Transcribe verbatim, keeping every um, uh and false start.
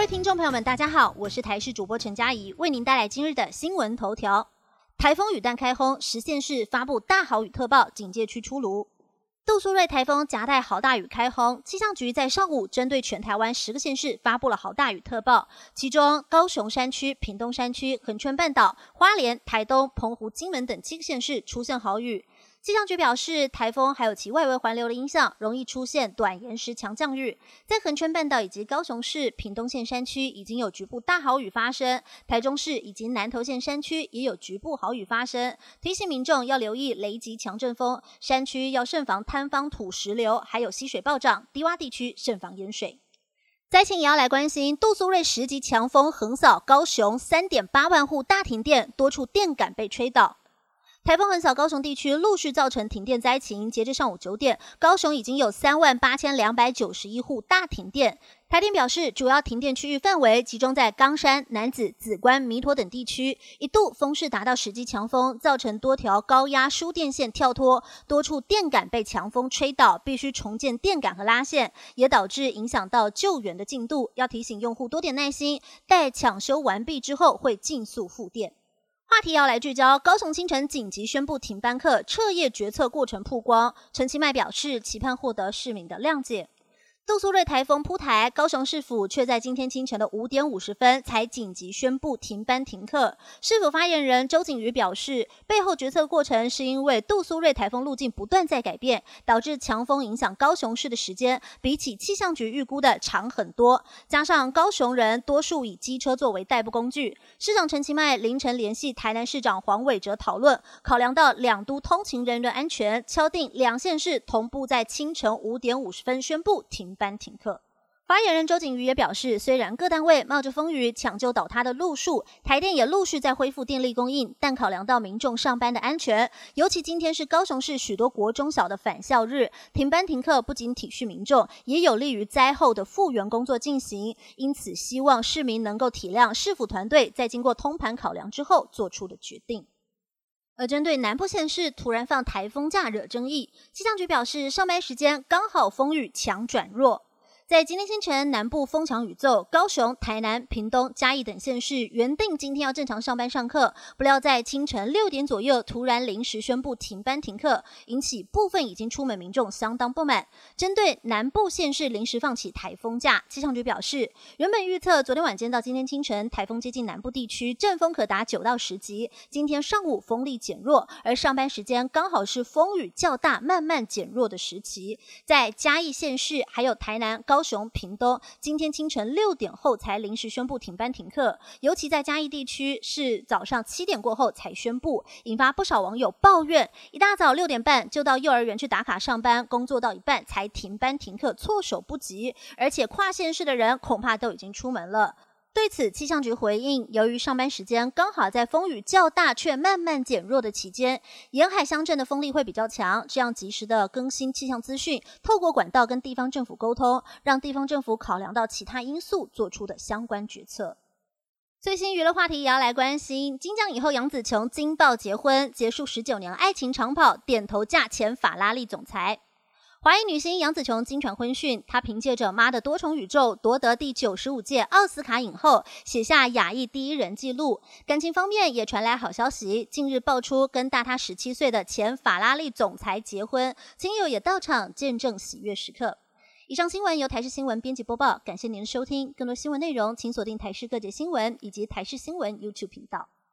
位听众朋友们，大家好，我是台视主播陈佳怡，为您带来今日的新闻头条。台风雨弹开轰，十县市发布大豪雨特报，警戒区出炉。杜苏芮台风夹带豪大雨开轰，气象局在上午针对全台湾十个县市发布了豪大雨特报，其中高雄山区、屏东山区、恒春半岛、花莲、台东、澎湖、金门等七个县市出现豪雨。气象局表示，台风还有其外围环流的影响，容易出现短延时强降雨。在恒春半岛以及高雄市、屏东县山区已经有局部大豪雨发生，台中市以及南投县山区也有局部豪雨发生。提醒民众要留意雷击强阵风，山区要慎防坍方土石流，还有溪水暴涨，低洼地区慎防淹水。灾情也要来关心，杜苏芮十级强风横扫高雄， 三点八万户大停电，多处电杆被吹倒。台风横扫高雄地区，陆续造成停电灾情。截至上午九点，高雄已经有三万八千两百九十一户大停电。台电表示，主要停电区域范围集中在冈山、楠梓、梓官、弥陀等地区，一度风势达到十级强风，造成多条高压输电线跳脱，多处电杆被强风吹倒，必须重建电杆和拉线，也导致影响到救援的进度。要提醒用户多点耐心，待抢修完毕之后会尽速复电。话题要来聚焦，高雄清晨紧急宣布停班课，彻夜决策过程曝光。陈其迈表示，期盼获得市民的谅解。杜苏芮台风扑台，高雄市府却在今天清晨的五点五十分才紧急宣布停班停课。市府发言人周景瑜表示，背后决策过程是因为杜苏芮台风路径不断在改变，导致强风影响高雄市的时间比起气象局预估的长很多，加上高雄人多数以机车作为代步工具。市长陈其迈凌晨联系台南市长黄伟哲讨论，考量到两都通勤人员安全，敲定两县市同步在清晨五点五十分宣布停班停课。发言人周景瑜也表示，虽然各单位冒着风雨抢救倒塌的路数，台电也陆续在恢复电力供应，但考量到民众上班的安全，尤其今天是高雄市许多国中小的返校日，停班停课不仅体恤民众，也有利于灾后的复原工作进行，因此希望市民能够体谅市府团队在经过通盘考量之后做出的决定。而针对南部县市突然放台风假惹争议，气象局表示，上班时间刚好风雨强转弱。在今天清晨，南部风强雨骤，高雄、台南、屏东、嘉义等县市原定今天要正常上班上课，不料在清晨六点左右突然临时宣布停班停课，引起部分已经出门民众相当不满。针对南部县市临时放起台风假，气象局表示，原本预测昨天晚间到今天清晨，台风接近南部地区，阵风可达九到十级。今天上午风力减弱，而上班时间刚好是风雨较大、慢慢减弱的时期。在嘉义县市还有台南、高雄、屏东，今天清晨六点后才临时宣布停班停课，尤其在嘉义地区是早上七点过后才宣布，引发不少网友抱怨，一大早六点半就到幼儿园去打卡上班，工作到一半才停班停课，措手不及，而且跨县市的人恐怕都已经出门了。对此，气象局回应，由于上班时间刚好在风雨较大却慢慢减弱的期间，沿海乡镇的风力会比较强，这样及时的更新气象资讯，透过管道跟地方政府沟通，让地方政府考量到其他因素做出的相关决策。最新娱乐话题也要来关心，金奖以后杨紫琼惊爆结婚，结束十九年爱情长跑，点头嫁前法拉利总裁。华裔女星杨紫琼经传婚讯，她凭借着《妈的多重宇宙》夺得第九十五届奥斯卡影后，写下亚裔第一人纪录。感情方面也传来好消息，近日爆出跟大她十七岁的前法拉利总裁结婚，亲友也到场见证喜悦时刻。以上新闻由台视新闻编辑播报，感谢您的收听。更多新闻内容请锁定台视各界新闻以及台视新闻 YouTube 频道。